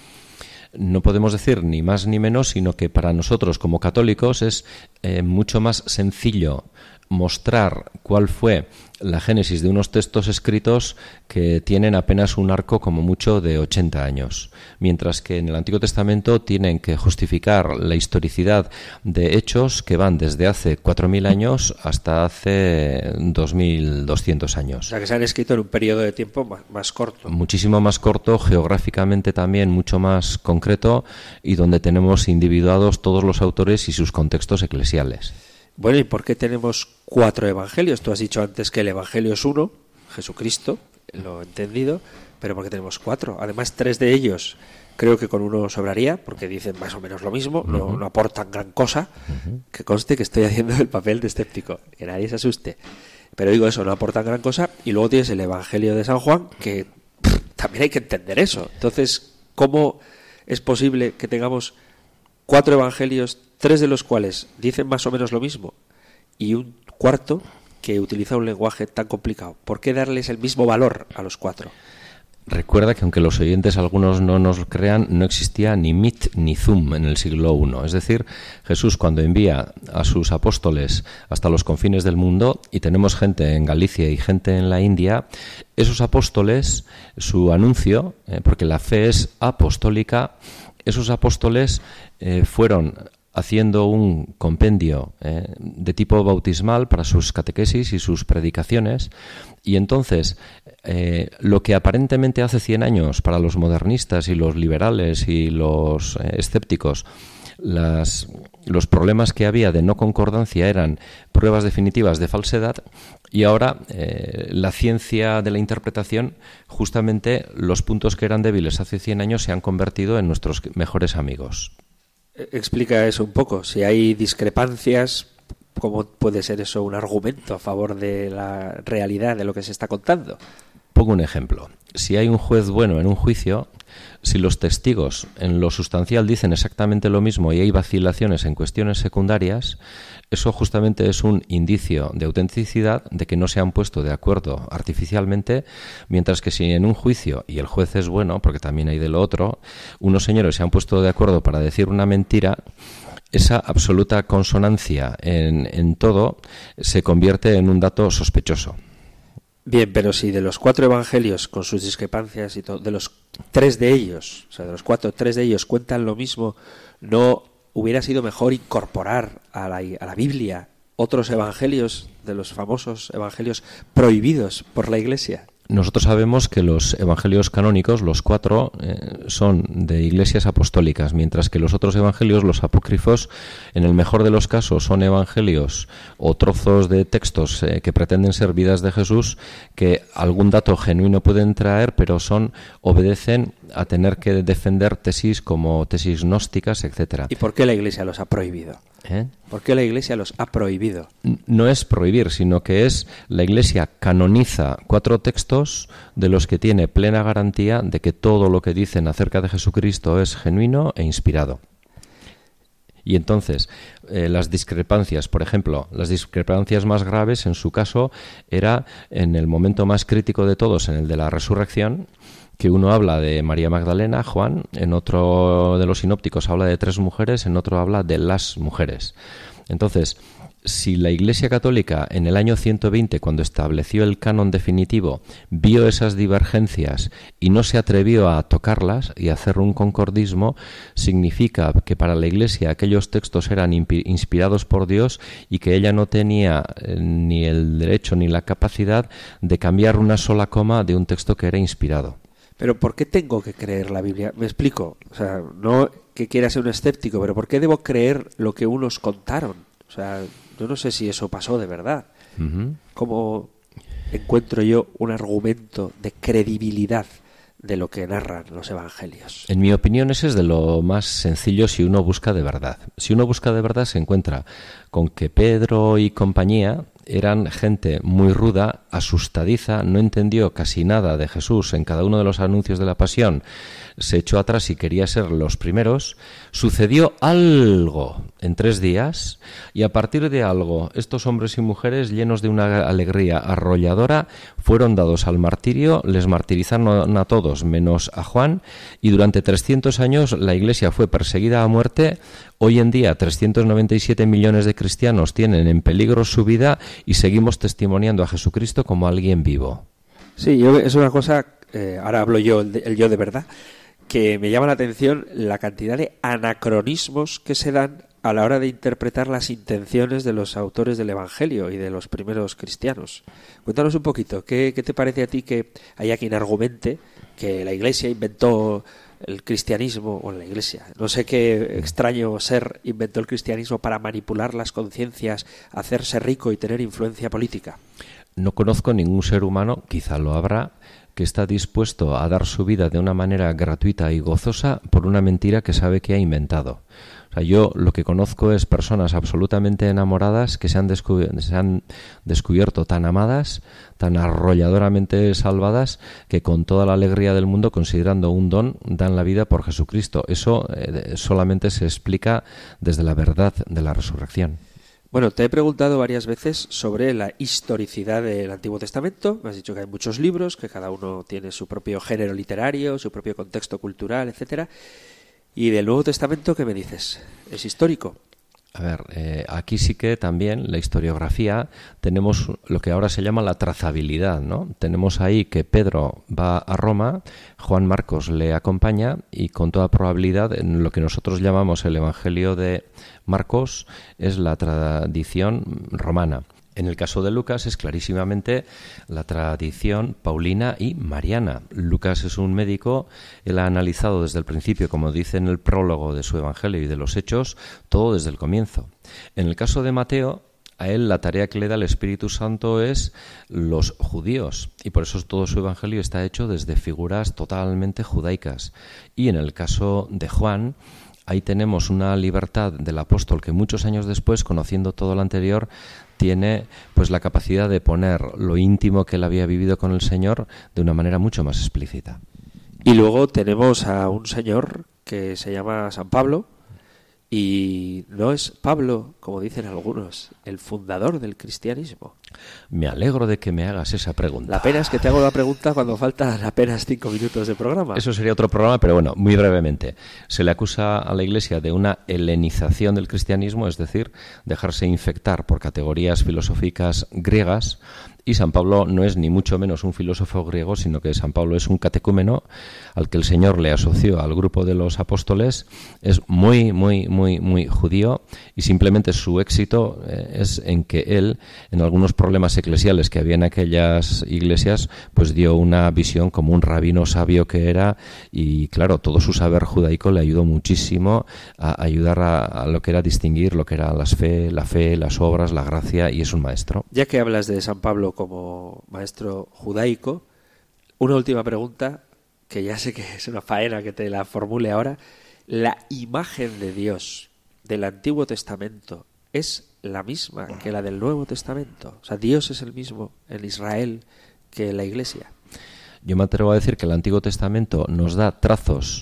No podemos decir ni más ni menos, sino que para nosotros como católicos es eh, mucho más sencillo mostrar cuál fue la génesis de unos textos escritos que tienen apenas un arco como mucho de ochenta años, mientras que en el Antiguo Testamento tienen que justificar la historicidad de hechos que van desde hace cuatro mil años hasta hace dos mil doscientos años. O sea, que se han escrito en un periodo de tiempo más, más corto. Muchísimo más corto, geográficamente también mucho más concreto, y donde tenemos individuados todos los autores y sus contextos eclesiales. Bueno, ¿y por qué tenemos cuatro evangelios? Tú has dicho antes que el evangelio es uno, Jesucristo, lo he entendido, pero ¿por qué tenemos cuatro? Además, tres de ellos creo que con uno sobraría, porque dicen más o menos lo mismo, uh-huh. no, no aportan gran cosa, uh-huh. que conste que estoy haciendo el papel de escéptico, que nadie se asuste. Pero digo eso, no aportan gran cosa, y luego tienes el evangelio de San Juan, que pff, también hay que entender eso. Entonces, ¿cómo es posible que tengamos cuatro evangelios, tres de los cuales dicen más o menos lo mismo, y un cuarto que utiliza un lenguaje tan complicado? ¿Por qué darles el mismo valor a los cuatro? Recuerda que aunque los oyentes algunos no nos crean, no existía ni Mit ni Zum en el siglo primero. Es decir, Jesús cuando envía a sus apóstoles hasta los confines del mundo, y tenemos gente en Galicia y gente en la India, esos apóstoles, su anuncio, eh, porque la fe es apostólica, esos apóstoles eh, fueron haciendo un compendio eh, de tipo bautismal para sus catequesis y sus predicaciones, y entonces eh, lo que aparentemente hace cien años para los modernistas y los liberales y los eh, escépticos, las, los problemas que había de no concordancia eran pruebas definitivas de falsedad, y ahora eh, la ciencia de la interpretación, justamente los puntos que eran débiles hace cien años se han convertido en nuestros mejores amigos. Explica eso un poco. Si hay discrepancias, ¿cómo puede ser eso un argumento a favor de la realidad de lo que se está contando? Pongo un ejemplo. Si hay un juez bueno en un juicio, si los testigos en lo sustancial dicen exactamente lo mismo y hay vacilaciones en cuestiones secundarias, eso justamente es un indicio de autenticidad, de que no se han puesto de acuerdo artificialmente, mientras que si en un juicio, y el juez es bueno, porque también hay de lo otro, unos señores se han puesto de acuerdo para decir una mentira, esa absoluta consonancia en, en todo se convierte en un dato sospechoso. Bien, pero si de los cuatro evangelios, con sus discrepancias y todo, de los tres de ellos, o sea, de los cuatro, tres de ellos cuentan lo mismo, ¿no hubiera sido mejor incorporar a la, a la Biblia otros evangelios, de los famosos evangelios prohibidos por la Iglesia? Nosotros sabemos que los evangelios canónicos, los cuatro, eh, son de iglesias apostólicas, mientras que los otros evangelios, los apócrifos, en el mejor de los casos son evangelios o trozos de textos eh, que pretenden ser vidas de Jesús, que algún dato genuino pueden traer, pero son obedecen a tener que defender tesis como tesis gnósticas, etcétera. ¿Y por qué la Iglesia los ha prohibido? ¿Eh? ¿Por qué la Iglesia los ha prohibido? No es prohibir, sino que es la Iglesia canoniza cuatro textos de los que tiene plena garantía de que todo lo que dicen acerca de Jesucristo es genuino e inspirado. Y entonces, eh, las discrepancias, por ejemplo, las discrepancias más graves en su caso era en el momento más crítico de todos, en el de la resurrección, que uno habla de María Magdalena, Juan, en otro de los sinópticos habla de tres mujeres, en otro habla de las mujeres. Entonces, si la Iglesia Católica en el año ciento veinte, cuando estableció el canon definitivo, vio esas divergencias y no se atrevió a tocarlas y a hacer un concordismo, significa que para la Iglesia aquellos textos eran inspirados por Dios y que ella no tenía eh, ni el derecho ni la capacidad de cambiar una sola coma de un texto que era inspirado. Pero ¿por qué tengo que creer la Biblia? Me explico. O sea, no que quiera ser un escéptico, pero ¿por qué debo creer lo que unos contaron? O sea, yo no sé si eso pasó de verdad. Uh-huh. ¿Cómo encuentro yo un argumento de credibilidad de lo que narran los evangelios? En mi opinión, ese es de lo más sencillo si uno busca de verdad. Si uno busca de verdad, se encuentra con que Pedro y compañía eran gente muy ruda, asustadiza, no entendió casi nada de Jesús en cada uno de los anuncios de la pasión, se echó atrás y quería ser los primeros. Sucedió algo en tres días y a partir de algo, estos hombres y mujeres llenos de una alegría arrolladora fueron dados al martirio, les martirizaron a todos menos a Juan y durante trescientos años la Iglesia fue perseguida a muerte. Hoy en día trescientos noventa y siete millones de cristianos tienen en peligro su vida y seguimos testimoniando a Jesucristo como alguien vivo. Sí, yo, es una cosa, eh, ahora hablo yo, el, de, el yo de verdad, que me llama la atención la cantidad de anacronismos que se dan a la hora de interpretar las intenciones de los autores del Evangelio y de los primeros cristianos. Cuéntanos un poquito, ¿qué, qué te parece a ti que haya quien argumente que la Iglesia inventó el cristianismo, o la Iglesia, no sé qué extraño ser inventó el cristianismo para manipular las conciencias, hacerse rico y tener influencia política? No conozco ningún ser humano, quizá lo habrá, que está dispuesto a dar su vida de una manera gratuita y gozosa por una mentira que sabe que ha inventado. O sea, yo lo que conozco es personas absolutamente enamoradas que se han, descubi- se han descubierto tan amadas, tan arrolladoramente salvadas, que con toda la alegría del mundo, considerando un don, dan la vida por Jesucristo. Eso eh, solamente se explica desde la verdad de la resurrección. Bueno, te he preguntado varias veces sobre la historicidad del Antiguo Testamento. Me has dicho que hay muchos libros, que cada uno tiene su propio género literario, su propio contexto cultural, etcétera. ¿Y del Nuevo Testamento qué me dices? ¿Es histórico? A ver, eh, aquí sí que también la historiografía tenemos lo que ahora se llama la trazabilidad, ¿no? Tenemos ahí que Pedro va a Roma, Juan Marcos le acompaña y con toda probabilidad en lo que nosotros llamamos el Evangelio de Marcos es la tradición romana. En el caso de Lucas es clarísimamente la tradición paulina y mariana. Lucas es un médico, él ha analizado desde el principio, como dice en el prólogo de su Evangelio y de los Hechos, todo desde el comienzo. En el caso de Mateo, a él la tarea que le da el Espíritu Santo es los judíos, y por eso todo su Evangelio está hecho desde figuras totalmente judaicas. Y en el caso de Juan, ahí tenemos una libertad del apóstol que muchos años después, conociendo todo lo anterior, tiene pues la capacidad de poner lo íntimo que él había vivido con el Señor de una manera mucho más explícita. Y luego tenemos a un señor que se llama San Pablo, y no es Pablo, como dicen algunos, el fundador del cristianismo. Me alegro de que me hagas esa pregunta. La pena es que te hago la pregunta cuando faltan apenas cinco minutos de programa. Eso sería otro programa, pero bueno, muy brevemente. Se le acusa a la Iglesia de una helenización del cristianismo, es decir, dejarse infectar por categorías filosóficas griegas. Y San Pablo no es ni mucho menos un filósofo griego, sino que San Pablo es un catecúmeno al que el Señor le asoció al grupo de los apóstoles. Es muy, muy, muy, muy judío y simplemente su éxito eh, es en que él, en algunos problemas eclesiales que había en aquellas iglesias, pues dio una visión como un rabino sabio que era y, claro, todo su saber judaico le ayudó muchísimo a ayudar a, a lo que era distinguir lo que era las fe, la fe, las obras, la gracia, y es un maestro. Ya que hablas de San Pablo como maestro judaico, una última pregunta, que ya sé que es una faena que te la formule ahora. ¿La imagen de Dios del Antiguo Testamento es la misma que la del Nuevo Testamento? O sea, ¿Dios es el mismo en Israel que en la Iglesia? Yo me atrevo a decir que el Antiguo Testamento nos da trazos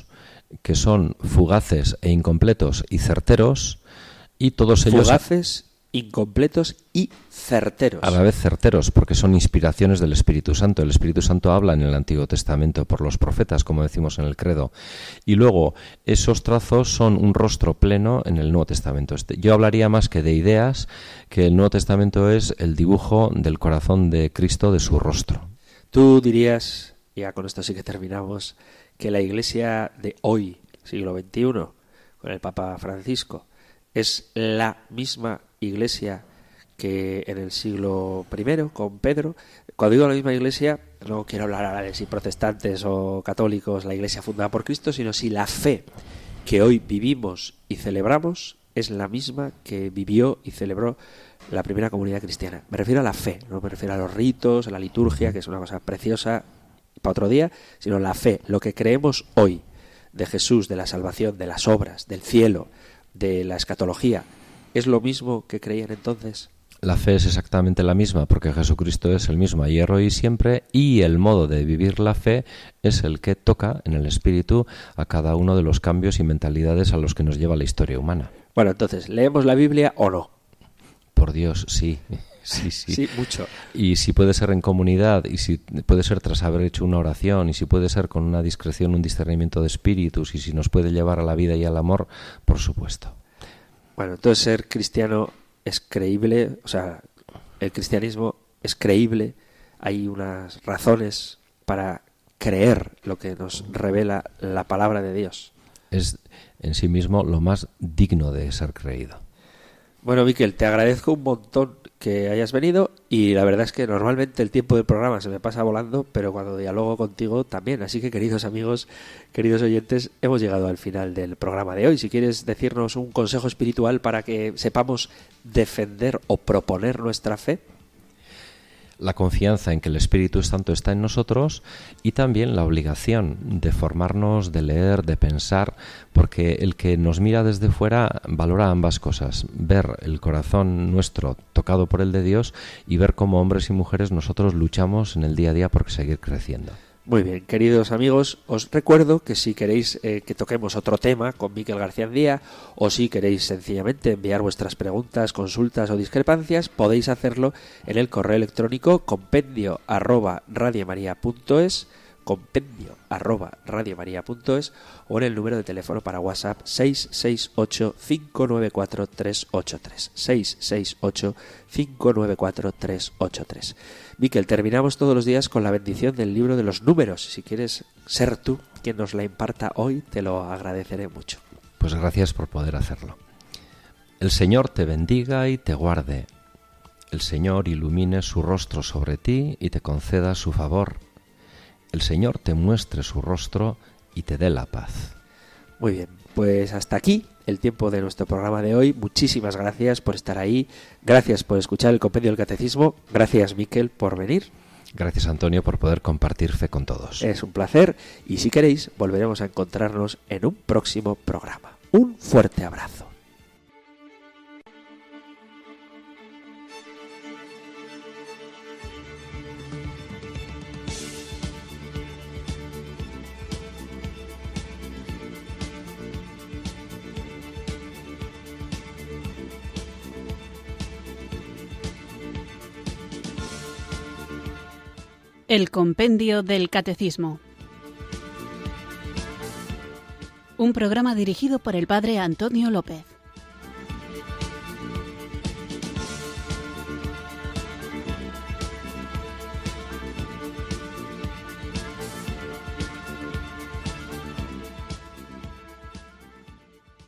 que son fugaces e incompletos y certeros, y todos ellos... Fugaces, incompletos y certeros. A la vez certeros, porque son inspiraciones del Espíritu Santo. El Espíritu Santo habla en el Antiguo Testamento por los profetas, como decimos en el credo. Y luego, esos trazos son un rostro pleno en el Nuevo Testamento. Este, yo hablaría más que de ideas, que el Nuevo Testamento es el dibujo del corazón de Cristo, de su rostro. Tú dirías, ya con esto sí que terminamos, que la Iglesia de hoy, siglo veintiuno, con el Papa Francisco, es la misma Iglesia que en el siglo primero, con Pedro. Cuando digo la misma Iglesia, no quiero hablar ahora de si protestantes o católicos, la Iglesia fundada por Cristo, sino si la fe que hoy vivimos y celebramos es la misma que vivió y celebró la primera comunidad cristiana. Me refiero a la fe, no me refiero a los ritos, a la liturgia, que es una cosa preciosa para otro día, sino la fe, lo que creemos hoy de Jesús, de la salvación, de las obras, del cielo, de la escatología, ¿es lo mismo que creían entonces? La fe es exactamente la misma, porque Jesucristo es el mismo ayer, hoy y siempre, y el modo de vivir la fe es el que toca en el espíritu a cada uno de los cambios y mentalidades a los que nos lleva la historia humana. Bueno, entonces, ¿leemos la Biblia o no? Por Dios, sí. Sí, sí. Sí, mucho. Y si puede ser en comunidad, y si puede ser tras haber hecho una oración, y si puede ser con una discreción, un discernimiento de espíritus, y si nos puede llevar a la vida y al amor, por supuesto. Bueno, entonces ser cristiano es creíble, o sea, el cristianismo es creíble, hay unas razones para creer lo que nos revela la palabra de Dios. Es en sí mismo lo más digno de ser creído. Bueno, Miquel, te agradezco un montón que hayas venido y la verdad es que normalmente el tiempo del programa se me pasa volando, pero cuando dialogo contigo también. Así que, queridos amigos, queridos oyentes, hemos llegado al final del programa de hoy. Si quieres decirnos un consejo espiritual para que sepamos defender o proponer nuestra fe. La confianza en que el Espíritu Santo está en nosotros y también la obligación de formarnos, de leer, de pensar, porque el que nos mira desde fuera valora ambas cosas, ver el corazón nuestro tocado por el de Dios y ver cómo hombres y mujeres nosotros luchamos en el día a día por seguir creciendo. Muy bien, queridos amigos, os recuerdo que si queréis eh, que toquemos otro tema con Miquel García Andía o si queréis sencillamente enviar vuestras preguntas, consultas o discrepancias, podéis hacerlo en el correo electrónico compendio arroba radiomaria.es, compendio arroba radiomaria.es o en el número de teléfono para WhatsApp seis seis ocho, cinco nueve cuatro, tres ocho tres, seis seis ocho, cinco nueve cuatro, tres ocho tres. Miquel, terminamos todos los días con la bendición del libro de los números. Si quieres ser tú quien nos la imparta hoy, te lo agradeceré mucho. Pues gracias por poder hacerlo. El Señor te bendiga y te guarde. El Señor ilumine su rostro sobre ti y te conceda su favor. El Señor te muestre su rostro y te dé la paz. Muy bien, pues hasta aquí el tiempo de nuestro programa de hoy. Muchísimas gracias por estar ahí, gracias por escuchar el Compendio del Catecismo, gracias Miquel por venir. Gracias Antonio por poder compartir fe con todos. Es un placer y si queréis volveremos a encontrarnos en un próximo programa. Un fuerte abrazo. El Compendio del Catecismo. Un programa dirigido por el Padre Antonio López.